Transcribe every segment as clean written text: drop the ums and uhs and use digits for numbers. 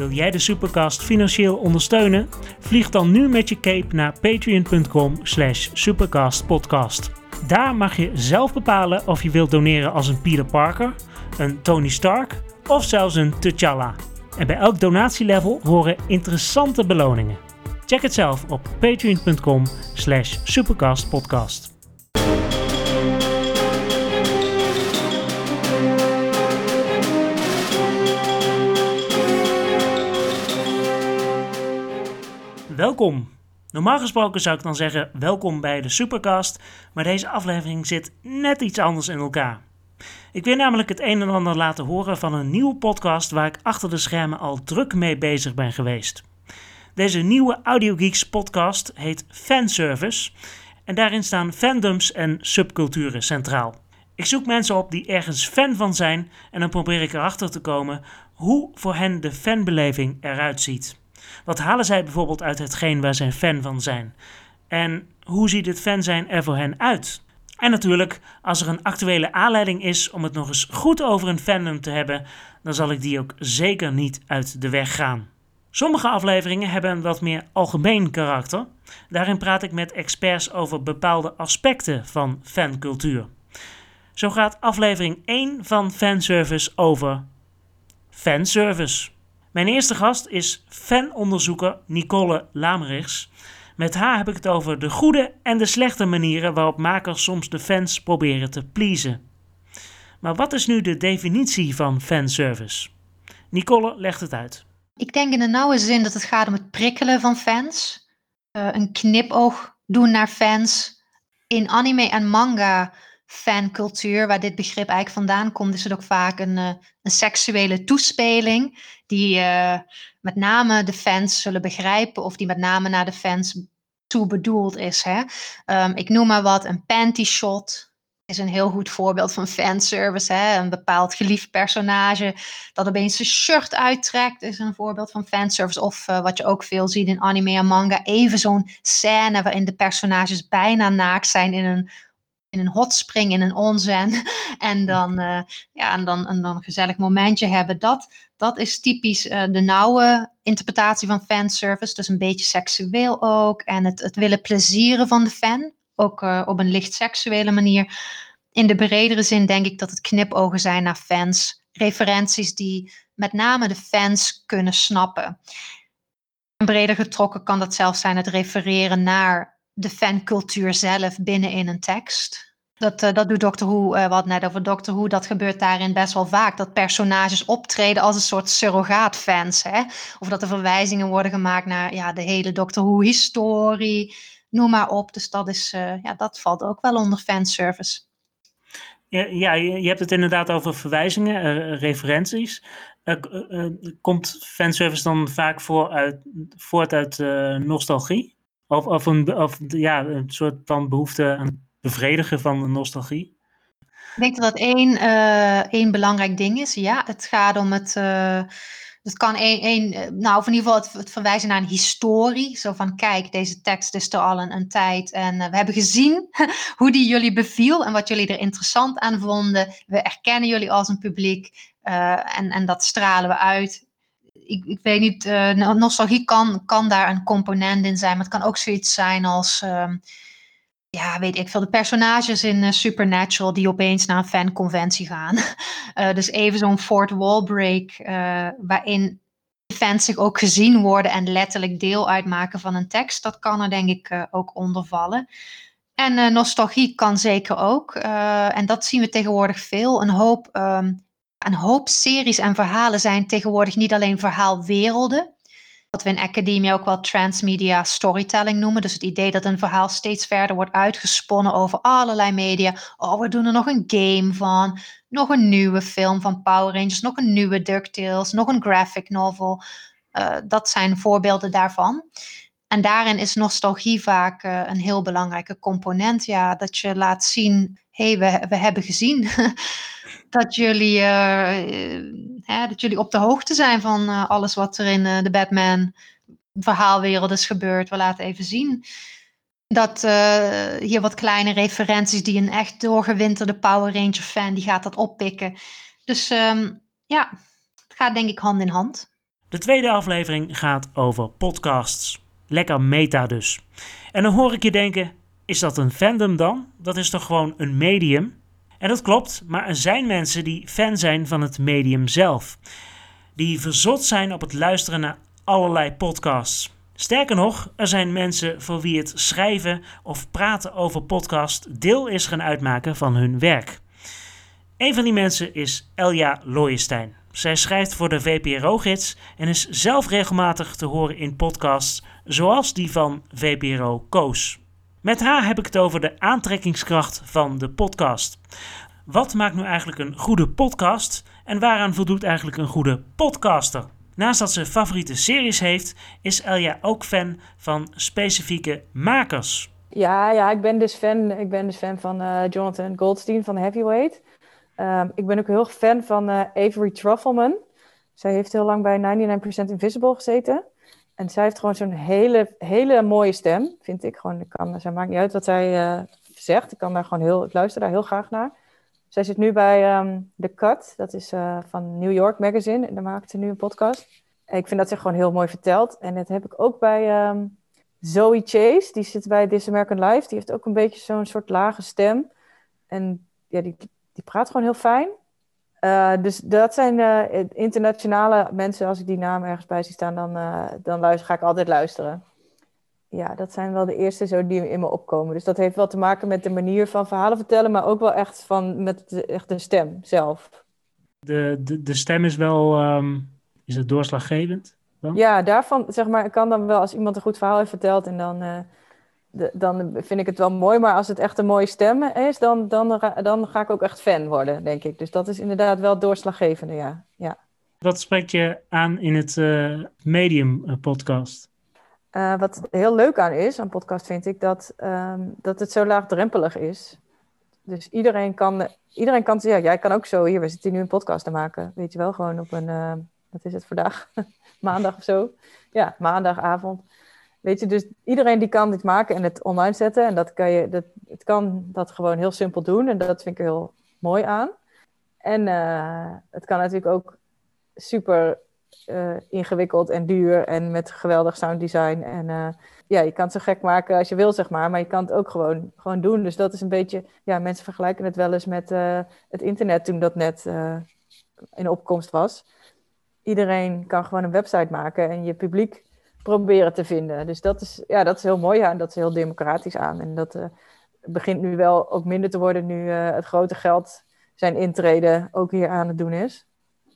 Wil jij de Supercast financieel ondersteunen? Vlieg dan nu met je cape naar patreon.com/supercastpodcast. Daar mag je zelf bepalen of je wilt doneren als een Peter Parker, een Tony Stark of zelfs een T'Challa. En bij elk donatielevel horen interessante beloningen. Check het zelf op patreon.com/supercastpodcast. Welkom. Normaal gesproken zou ik dan zeggen welkom bij de Supercast, maar deze aflevering zit net iets anders in elkaar. Ik wil namelijk het een en ander laten horen van een nieuwe podcast waar ik achter de schermen al druk mee bezig ben geweest. Deze nieuwe AudioGeeks podcast heet Fanservice en daarin staan fandoms en subculturen centraal. Ik zoek mensen op die ergens fan van zijn en dan probeer ik erachter te komen hoe voor hen de fanbeleving eruit ziet. Wat halen zij bijvoorbeeld uit hetgeen waar zij fan van zijn? En hoe ziet het fan zijn er voor hen uit? En natuurlijk, als er een actuele aanleiding is om het nog eens goed over een fandom te hebben, dan zal ik die ook zeker niet uit de weg gaan. Sommige afleveringen hebben een wat meer algemeen karakter. Daarin praat ik met experts over bepaalde aspecten van fancultuur. Zo gaat aflevering 1 van Fanservice over fanservice. Mijn eerste gast is fanonderzoeker Nicole Lamerichs. Met haar heb ik het over de goede en de slechte manieren waarop makers soms de fans proberen te pleasen. Maar wat is nu de definitie van fanservice? Nicole legt het uit. Ik denk in de nauwe zin dat het gaat om het prikkelen van fans. Een knipoog doen naar fans. In anime en manga fancultuur, waar dit begrip eigenlijk vandaan komt, is het ook vaak een seksuele toespeling die met name de fans zullen begrijpen of die met name naar de fans toe bedoeld is. Hè? Ik noem maar wat, een panty shot is een heel goed voorbeeld van fanservice. Hè? Een bepaald geliefd personage dat opeens zijn shirt uittrekt is een voorbeeld van fanservice. Of wat je ook veel ziet in anime en manga, even zo'n scène waarin de personages bijna naakt zijn in een hot spring, in een onzen. En dan een gezellig momentje hebben. Dat is typisch de nauwe interpretatie van fanservice. Dus een beetje seksueel ook. En het willen plezieren van de fan. Ook op een licht seksuele manier. In de bredere zin denk ik dat het knipogen zijn naar fans. Referenties die met name de fans kunnen snappen. En breder getrokken kan dat zelfs zijn het refereren naar de fancultuur zelf binnenin een tekst. Dat doet Doctor Who, we hadden net over Doctor Who, dat gebeurt daarin best wel vaak. Dat personages optreden als een soort surrogaatfans. Hè? Of dat er verwijzingen worden gemaakt naar de hele Doctor Who historie, noem maar op. Dus dat valt ook wel onder fanservice. Ja, je hebt het inderdaad over verwijzingen, referenties. Komt fanservice dan vaak voort uit nostalgie? Of een soort van behoefte aan bevredigen van nostalgie? Ik denk dat één belangrijk ding is. Ja, het gaat om het kan of in ieder geval het verwijzen naar een historie. Zo van, kijk, deze tekst is er al een tijd. En we hebben gezien hoe die jullie beviel en wat jullie er interessant aan vonden. We erkennen jullie als een publiek en dat stralen we uit. Ik weet niet, nostalgie kan daar een component in zijn. Maar het kan ook zoiets zijn als weet ik veel, de personages in Supernatural die opeens naar een fanconventie gaan. Dus even zo'n fourth wall break, waarin fans zich ook gezien worden en letterlijk deel uitmaken van een tekst. Dat kan er denk ik ook onder vallen. En nostalgie kan zeker ook. En dat zien we tegenwoordig veel. Een hoop series en verhalen zijn tegenwoordig niet alleen verhaalwerelden. Wat we in academia ook wel transmedia storytelling noemen. Dus het idee dat een verhaal steeds verder wordt uitgesponnen over allerlei media. Oh, we doen er nog een game van. Nog een nieuwe film van Power Rangers. Nog een nieuwe DuckTales. Nog een graphic novel. Dat zijn voorbeelden daarvan. En daarin is nostalgie vaak een heel belangrijke component. Ja, dat je laat zien, we hebben gezien dat jullie op de hoogte zijn van alles wat er in de Batman verhaalwereld is gebeurd. We laten even zien dat hier wat kleine referenties die een echt doorgewinterde Power Ranger fan, die gaat dat oppikken. Dus het gaat denk ik hand in hand. De tweede aflevering gaat over podcasts. Lekker meta dus. En dan hoor ik je denken, is dat een fandom dan? Dat is toch gewoon een medium? En dat klopt, maar er zijn mensen die fan zijn van het medium zelf. Die verzot zijn op het luisteren naar allerlei podcasts. Sterker nog, er zijn mensen voor wie het schrijven of praten over podcast deel is gaan uitmaken van hun werk. Een van die mensen is Elja Looijenstein. Zij schrijft voor de VPRO-gids en is zelf regelmatig te horen in podcasts zoals die van VPRO Koos. Met haar heb ik het over de aantrekkingskracht van de podcast. Wat maakt nu eigenlijk een goede podcast en waaraan voldoet eigenlijk een goede podcaster? Naast dat ze favoriete series heeft, is Elja ook fan van specifieke makers. Ja, ik ben dus fan van Jonathan Goldstein van Heavyweight. Ik ben ook heel erg fan van Avery Trufelman. Zij heeft heel lang bij 99% Invisible gezeten. En zij heeft gewoon zo'n hele mooie stem, vind ik. Zij maakt niet uit wat zij zegt. Ik luister daar heel graag naar. Zij zit nu bij The Cut, dat is van New York Magazine. En daar maakt ze nu een podcast. En ik vind dat ze gewoon heel mooi vertelt. En dat heb ik ook bij Zoe Chase, die zit bij This American Life. Die heeft ook een beetje zo'n soort lage stem. En ja, die praat gewoon heel fijn. Dus dat zijn internationale mensen. Als ik die naam ergens bij zie staan, dan ga ik altijd luisteren. Ja, dat zijn wel de eerste zo die in me opkomen. Dus dat heeft wel te maken met de manier van verhalen vertellen, maar ook wel echt met de stem zelf. De stem is wel, is het doorslaggevend? Dan? Ja, daarvan zeg maar, kan dan wel als iemand een goed verhaal heeft verteld en dan vind ik het wel mooi. Maar als het echt een mooie stem is, dan ga ik ook echt fan worden, denk ik. Dus dat is inderdaad wel doorslaggevende, ja. Wat spreekt je aan in het Medium podcast? Wat heel leuk aan podcast vind ik, dat het zo laagdrempelig is. Dus iedereen kan zeggen, jij kan ook zo, we zitten hier nu een podcast te maken. Weet je wel, gewoon op een, wat is het vandaag? Maandag of zo. Ja, maandagavond. Weet je, dus iedereen die kan dit maken en het online zetten. En het kan dat gewoon heel simpel doen. En dat vind ik er heel mooi aan. En het kan natuurlijk ook super ingewikkeld en duur en met geweldig sounddesign. En je kan het zo gek maken als je wil, zeg maar je kan het ook gewoon doen. Dus dat is een beetje, mensen vergelijken het wel eens met het internet toen dat net in opkomst was. Iedereen kan gewoon een website maken en je publiek proberen te vinden. Dus dat is heel mooi aan, dat is heel democratisch aan. En dat begint nu wel ook minder te worden nu het grote geld zijn intrede ook hier aan het doen is.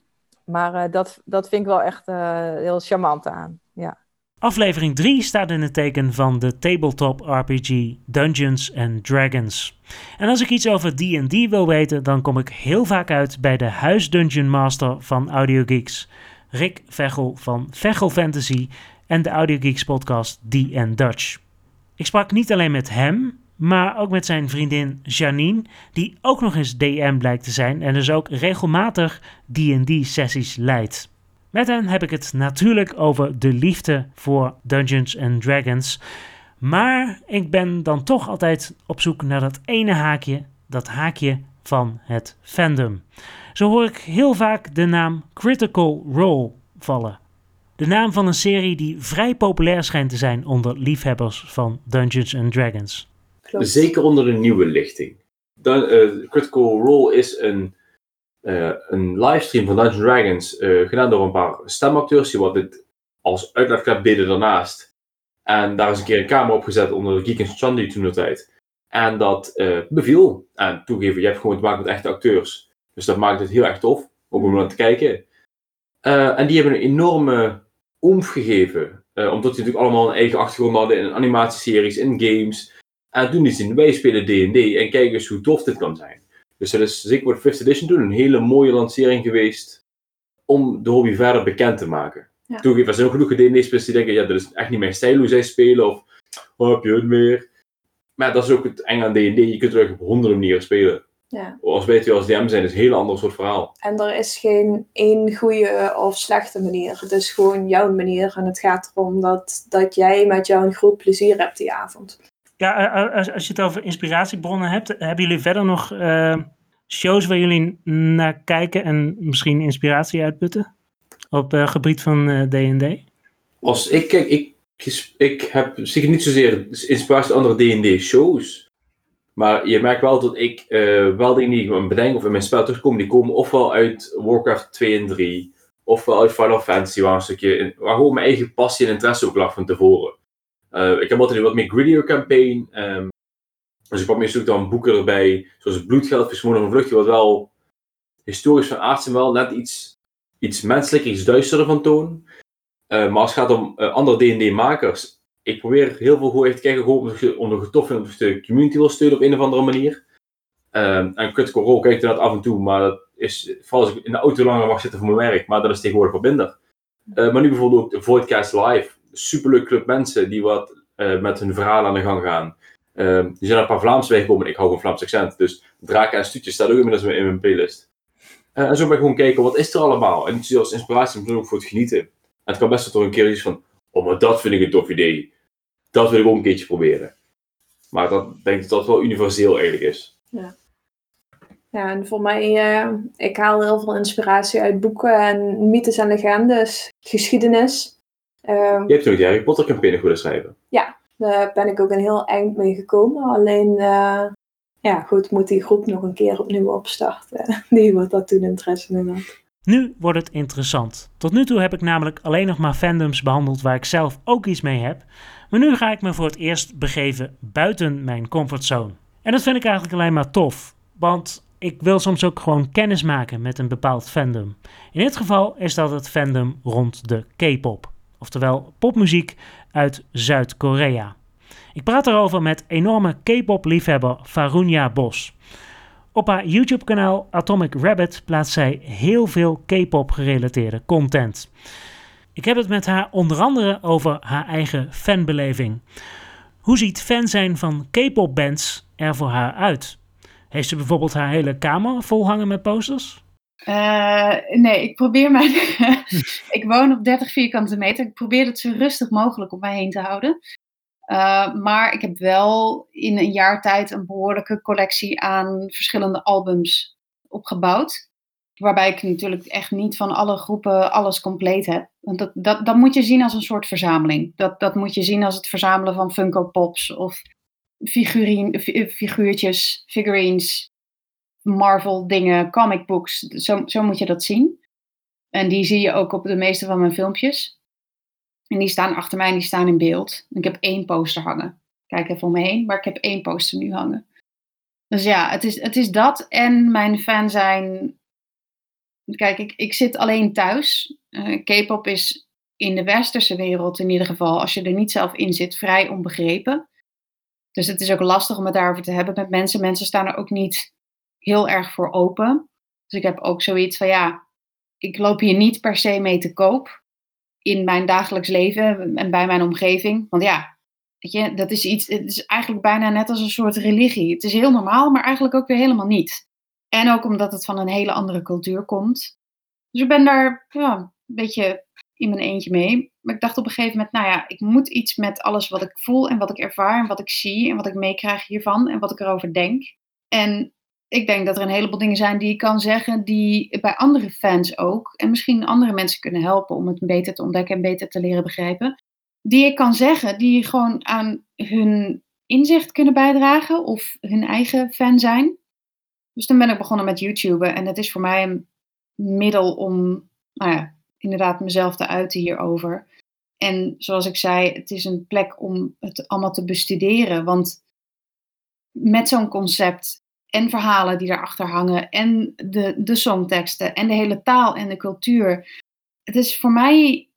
Maar dat vind ik wel echt heel charmant aan, ja. Aflevering 3 staat in het teken van de tabletop RPG Dungeons & Dragons. En als ik iets over D&D wil weten, dan kom ik heel vaak uit bij de huisdungeon master van AudioGeeks, Rick Veghel van Veghel Fantasy en de AudioGeeks podcast D&Dutch. Ik sprak niet alleen met hem, maar ook met zijn vriendin Janine, die ook nog eens DM blijkt te zijn en dus ook regelmatig D&D-sessies leidt. Met hen heb ik het natuurlijk over de liefde voor Dungeons & Dragons, maar ik ben dan toch altijd op zoek naar dat ene haakje, dat haakje van het fandom. Zo hoor ik heel vaak de naam Critical Role vallen. De naam van een serie die vrij populair schijnt te zijn onder liefhebbers van Dungeons & Dragons. Klopt. Zeker onder de nieuwe lichting. Critical Role is een livestream van Dungeons & Dragons gedaan door een paar stemacteurs die wat dit als uitlaatklep deden daarnaast. En daar is een keer een camera opgezet onder Geek & Chandy toen de tijd. En dat beviel. En toegeven, je hebt gewoon te maken met echte acteurs. Dus dat maakt het heel erg tof om naar te kijken. En die hebben een enorme oomph gegeven. Omdat die natuurlijk allemaal een eigen achtergrond hadden in animatieseries, in games. En toen die zien, wij spelen D&D en kijk eens hoe tof dit kan zijn. Dus dat is zeker voor de 5th edition toen een hele mooie lancering geweest om de hobby verder bekend te maken. Ja. Toegeven, er zijn ook genoeg D&D-spelers die denken, dat is echt niet mijn stijl hoe zij spelen, of heb je het meer. Maar dat is ook het enge aan D&D, je kunt er op honderden manieren spelen. Ja. Als wij twee als DM zijn, is het een heel ander soort verhaal. En er is geen één goede of slechte manier. Het is gewoon jouw manier en het gaat erom dat jij met jou een groot plezier hebt die avond. Ja, als je het over inspiratiebronnen hebt, hebben jullie verder nog shows waar jullie naar kijken en misschien inspiratie uitputten? op gebied van D&D? Als ik kijk, ik heb zeker niet zozeer inspiratie van andere D&D-shows. Maar je merkt wel dat ik wel dingen die ik bedenk of in mijn spel terugkomen, die komen ofwel uit Warcraft 2 en 3, ofwel uit Final Fantasy, waar gewoon mijn eigen passie en interesse ook lag van tevoren. Ik heb altijd een wat meer grittier campaign. Dus ik pak meestal ook dan boeken erbij, zoals Bloedgeld, Versmoorden van Vluchtje, wat wel historisch van aard zijn, wel net iets menselijker, iets duisterder van toon. Maar als het gaat om andere D&D-makers, ik probeer heel veel gewoon even te kijken om de tof vind of de community wil steunen op een of andere manier. En Critical Role kijk ik inderdaad af en toe, maar dat is vooral als ik in de auto langer mag zitten voor mijn werk, maar dat is tegenwoordig wat minder. Maar nu bijvoorbeeld ook de Voidcast Live, superleuk club mensen die wat met hun verhalen aan de gang gaan. Er zijn een paar Vlaamse bijgekomen, ik hou van Vlaams accent, dus Draken en Stuutjes staat ook inmiddels in mijn playlist. En zo ben ik gewoon kijken, wat is er allemaal? En niet zoals inspiratie, maar ook voor het genieten. En het kan best wel toch een keer iets van, oh, maar dat vind ik een tof idee. Dat wil ik ook een keertje proberen. Maar dat denk ik dat het wel universeel eigenlijk is. Ja, en voor mij, ik haal heel veel inspiratie uit boeken en mythes en legendes, geschiedenis. Je hebt nog die Harry Potter campagne willen schrijven. Ja, daar ben ik ook een heel eind mee gekomen. Alleen, goed, moet die groep nog een keer opnieuw opstarten. Die wordt dat toen interesse in had. Nu wordt het interessant. Tot nu toe heb ik namelijk alleen nog maar fandoms behandeld waar ik zelf ook iets mee heb. Maar nu ga ik me voor het eerst begeven buiten mijn comfortzone. En dat vind ik eigenlijk alleen maar tof. Want ik wil soms ook gewoon kennis maken met een bepaald fandom. In dit geval is dat het fandom rond de K-pop. Oftewel popmuziek uit Zuid-Korea. Ik praat erover met enorme K-pop-liefhebber Farunya Bos. Op haar YouTube-kanaal Atomic Rabbit plaatst zij heel veel K-pop gerelateerde content. Ik heb het met haar onder andere over haar eigen fanbeleving. Hoe ziet fan zijn van K-pop bands er voor haar uit? Heeft ze bijvoorbeeld haar hele kamer vol hangen met posters? Nee, ik probeer ik woon op 30 vierkante meter. Ik probeer het zo rustig mogelijk om mij heen te houden. Maar ik heb wel in een jaar tijd een behoorlijke collectie aan verschillende albums opgebouwd. Waarbij ik natuurlijk echt niet van alle groepen alles compleet heb. Want dat moet je zien als een soort verzameling. Dat moet je zien als het verzamelen van Funko Pops of figuurtjes, figurines, Marvel dingen, comic books. Zo moet je dat zien. En die zie je ook op de meeste van mijn filmpjes. En die staan achter mij en die staan in beeld. Ik heb 1 poster hangen. Kijk even om me heen, maar ik heb 1 poster nu hangen. Dus ja, het is dat en mijn fan zijn. Kijk, ik zit alleen thuis. K-pop is in de westerse wereld in ieder geval, als je er niet zelf in zit, vrij onbegrepen. Dus het is ook lastig om het daarover te hebben met mensen. Mensen staan er ook niet heel erg voor open. Dus ik heb ook zoiets van ik loop hier niet per se mee te koop in mijn dagelijks leven en bij mijn omgeving. Want weet je, dat is iets, het is eigenlijk bijna net als een soort religie. Het is heel normaal, maar eigenlijk ook weer helemaal niet. En ook omdat het van een hele andere cultuur komt. Dus ik ben daar een beetje in mijn eentje mee. Maar ik dacht op een gegeven moment, ik moet iets met alles wat ik voel en wat ik ervaar en wat ik zie en wat ik meekrijg hiervan en wat ik erover denk. En ik denk dat er een heleboel dingen zijn die ik kan zeggen die bij andere fans ook en misschien andere mensen kunnen helpen om het beter te ontdekken en beter te leren begrijpen. Die ik kan zeggen, die gewoon aan hun inzicht kunnen bijdragen of hun eigen fan zijn. Dus dan ben ik begonnen met YouTuben en het is voor mij een middel om inderdaad mezelf te uiten hierover. En zoals ik zei, het is een plek om het allemaal te bestuderen, want met zo'n concept en verhalen die daarachter hangen en de songteksten en de hele taal en de cultuur. Het is voor mij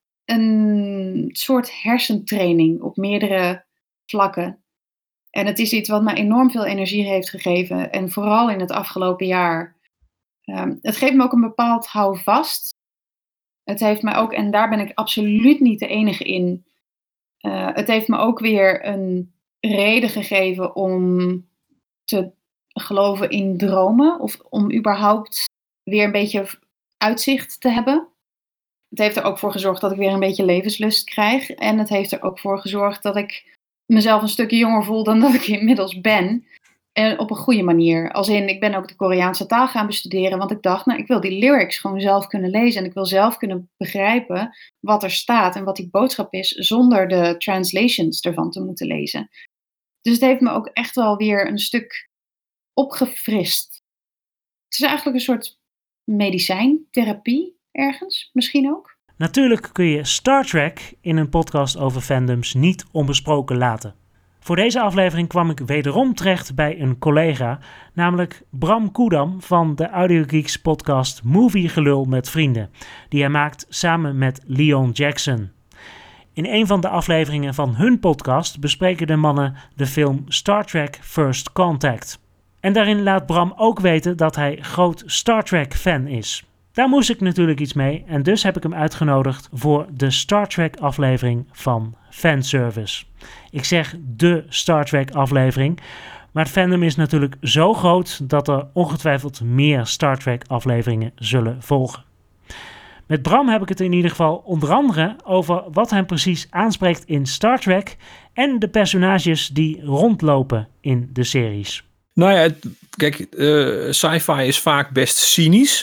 een soort hersentraining op meerdere vlakken. En het is iets wat mij enorm veel energie heeft gegeven. En vooral in het afgelopen jaar. Het geeft me ook een bepaald houvast. Het heeft mij ook, en daar ben ik absoluut niet de enige in. Het heeft me ook weer een reden gegeven om te geloven in dromen. Of om überhaupt weer een beetje uitzicht te hebben. Het heeft er ook voor gezorgd dat ik weer een beetje levenslust krijg. En het heeft er ook voor gezorgd dat ik mezelf een stukje jonger voel dan dat ik inmiddels ben. En op een goede manier. Als in, ik ben ook de Koreaanse taal gaan bestuderen. Want ik dacht, ik wil die lyrics gewoon zelf kunnen lezen. En ik wil zelf kunnen begrijpen wat er staat en wat die boodschap is. Zonder de translations ervan te moeten lezen. Dus het heeft me ook echt wel weer een stuk opgefrist. Het is eigenlijk een soort medicijn, therapie ergens, misschien ook. Natuurlijk kun je Star Trek in een podcast over fandoms niet onbesproken laten. Voor deze aflevering kwam ik wederom terecht bij een collega, namelijk Bram Koedam van de Audiogeeks podcast Movie Gelul met Vrienden, die hij maakt samen met Leon Jackson. In een van de afleveringen van hun podcast bespreken de mannen de film Star Trek First Contact. En daarin laat Bram ook weten dat hij groot Star Trek fan is. Daar moest ik natuurlijk iets mee en dus heb ik hem uitgenodigd voor de Star Trek aflevering van Fanservice. Ik zeg de Star Trek aflevering, maar het fandom is natuurlijk zo groot dat er ongetwijfeld meer Star Trek afleveringen zullen volgen. Met Bram heb ik het in ieder geval onder andere over wat hem precies aanspreekt in Star Trek en de personages die rondlopen in de series. Nou ja, kijk, sci-fi is vaak best cynisch.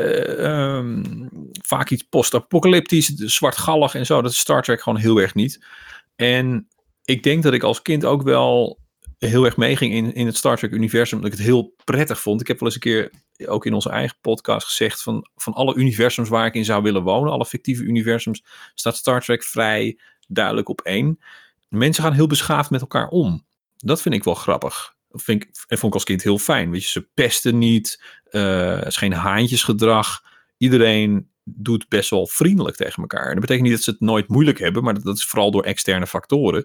Vaak iets post-apocalyptisch, zwartgallig en zo. Dat is Star Trek gewoon heel erg niet. En ik denk dat ik als kind ook wel heel erg meeging in het Star Trek-universum. Dat ik het heel prettig vond. Ik heb wel eens een keer ook in onze eigen podcast gezegd van alle universums waar ik in zou willen wonen, alle fictieve universums, staat Star Trek vrij duidelijk op 1. Mensen gaan heel beschaafd met elkaar om. Dat vind ik wel grappig. En vond ik als kind heel fijn. Weet je, ze pesten niet. Er is geen haantjesgedrag. Iedereen doet best wel vriendelijk tegen elkaar. En dat betekent niet dat ze het nooit moeilijk hebben, maar dat is vooral door externe factoren.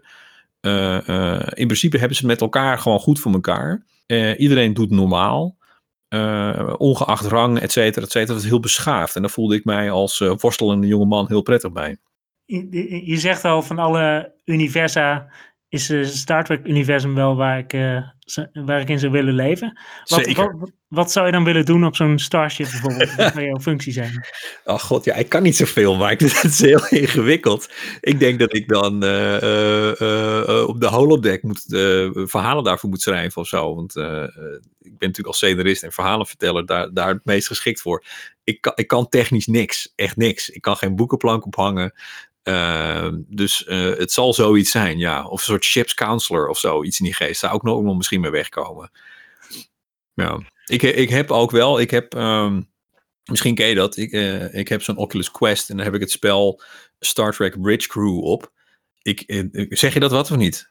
In principe hebben ze het met elkaar gewoon goed voor elkaar. Iedereen doet normaal. Ongeacht rang, et cetera, et cetera. Dat is heel beschaafd. En daar voelde ik mij als worstelende jongeman heel prettig bij. Je zegt al van alle universa is het Star Trek-universum wel waar ik in zou willen leven. Wat zou je dan willen doen op zo'n Starship bijvoorbeeld? Wat zou jouw functie zijn? Oh god, ja, ik kan niet zoveel, maar het is heel ingewikkeld. Ik denk dat ik dan op de holodeck verhalen daarvoor moet schrijven of zo. Want ik ben natuurlijk als scenarist en verhalenverteller daar het meest geschikt voor. Ik kan technisch niks, echt niks. Ik kan geen boekenplank ophangen. Dus het zal zoiets zijn, ja. Of een soort ship's counselor of zo, iets in die geest. Zou ook nog misschien mee wegkomen. Ja. Ik heb ook wel, misschien ken je dat, ik heb zo'n Oculus Quest en daar heb ik het spel Star Trek Bridge Crew op. Zeg je dat wat of niet?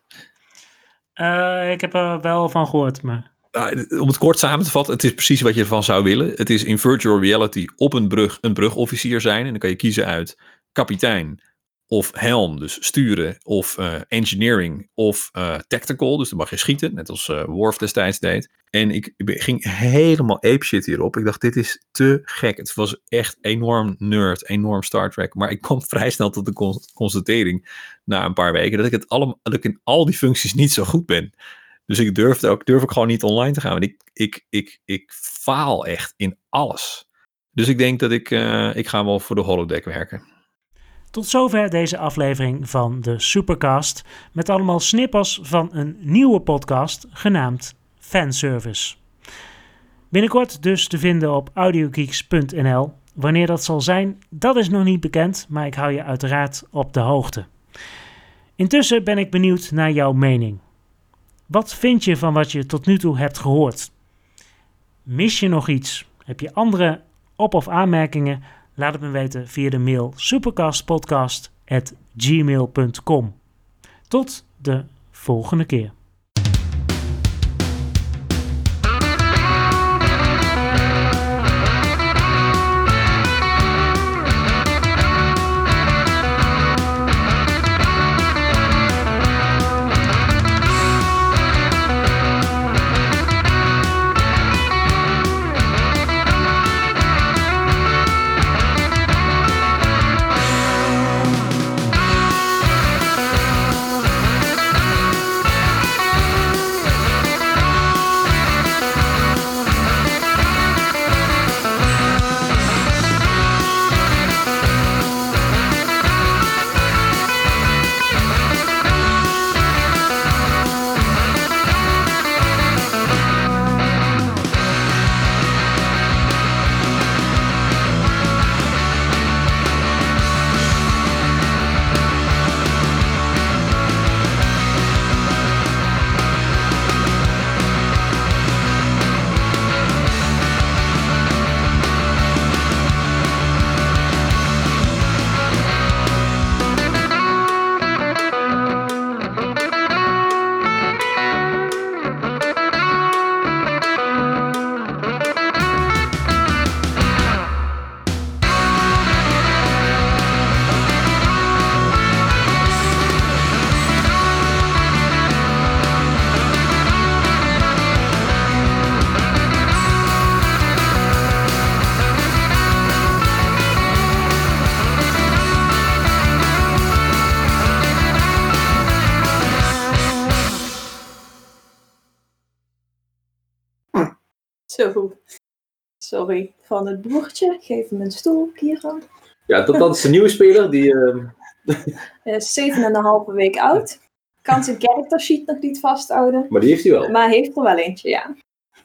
Ik heb er wel van gehoord, maar... Om het kort samen te vatten, het is precies wat je ervan zou willen. Het is in virtual reality op een brugofficier zijn en dan kan je kiezen uit kapitein of helm, dus sturen, of engineering, of tactical, dus dan mag je schieten, net als Worf destijds deed. En ik ging helemaal apeshit hierop. Ik dacht, dit is te gek. Het was echt enorm nerd, enorm Star Trek. Maar ik kwam vrij snel tot de constatering, na een paar weken, dat ik in al die functies niet zo goed ben. Dus ik durf ook gewoon niet online te gaan. Want ik faal echt in alles. Dus ik denk dat ik ga wel voor de holodeck werken. Tot zover deze aflevering van de Supercast met allemaal snippers van een nieuwe podcast genaamd Fanservice. Binnenkort dus te vinden op audiogeeks.nl. Wanneer dat zal zijn, dat is nog niet bekend, maar ik hou je uiteraard op de hoogte. Intussen ben ik benieuwd naar jouw mening. Wat vind je van wat je tot nu toe hebt gehoord? Mis je nog iets? Heb je andere op- of aanmerkingen? Laat het me weten via de mail supercastpodcast@gmail.com. Tot de volgende keer. Zo. Sorry, van het broertje. Geef hem een stoel, Kieran. Ja, dat is de nieuwe speler. Die, Hij is 7,5 week oud. Kan zijn character sheet nog niet vasthouden. maar die heeft hij wel. Maar heeft er wel eentje, ja.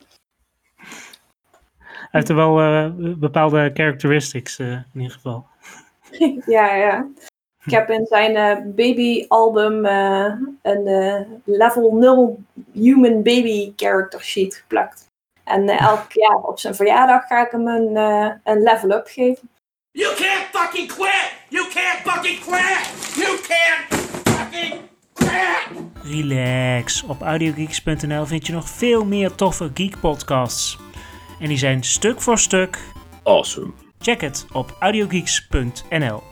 Hij heeft er wel bepaalde characteristics in ieder geval. Ja. Ik heb in zijn babyalbum een level 0 human baby character sheet geplakt. En elk jaar op zijn verjaardag ga ik hem een level up geven. You can't fucking quit! You can't fucking quit! You can't fucking quit! Relax. Op audiogeeks.nl vind je nog veel meer toffe geek podcasts. En die zijn stuk voor stuk. Awesome. Check het op audiogeeks.nl.